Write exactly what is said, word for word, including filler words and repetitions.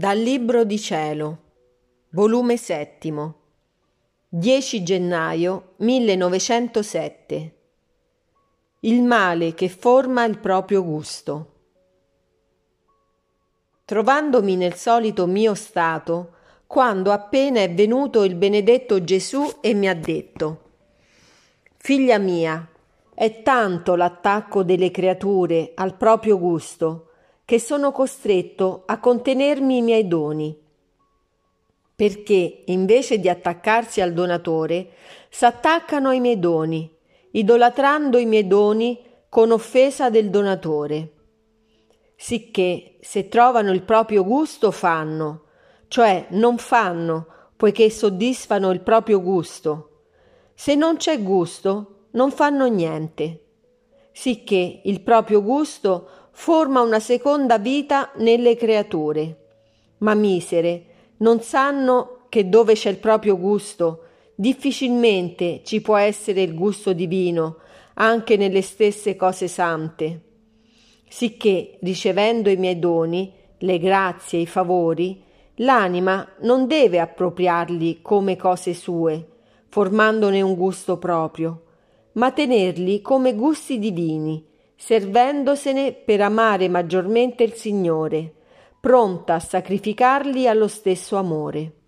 Dal Libro di Cielo, volume settimo, dieci gennaio millenovecentosette. Il male che forma il proprio gusto. Trovandomi nel solito mio stato, quando appena è venuto il benedetto Gesù e mi ha detto: «Figlia mia, è tanto l'attacco delle creature al proprio gusto, che sono costretto a contenermi i miei doni, perché invece di attaccarsi al donatore, s'attaccano ai miei doni, idolatrando i miei doni con offesa del donatore. Sicché, se trovano il proprio gusto, fanno, cioè non fanno, poiché soddisfano il proprio gusto. Se non c'è gusto, non fanno niente. Sicché il proprio gusto forma una seconda vita nelle creature. Ma misere, non sanno che dove c'è il proprio gusto, difficilmente ci può essere il gusto divino, anche nelle stesse cose sante. Sicché, ricevendo i miei doni, le grazie e i favori, l'anima non deve appropriarli come cose sue, formandone un gusto proprio, ma tenerli come gusti divini, servendosene per amare maggiormente il Signore, pronta a sacrificarli allo stesso amore.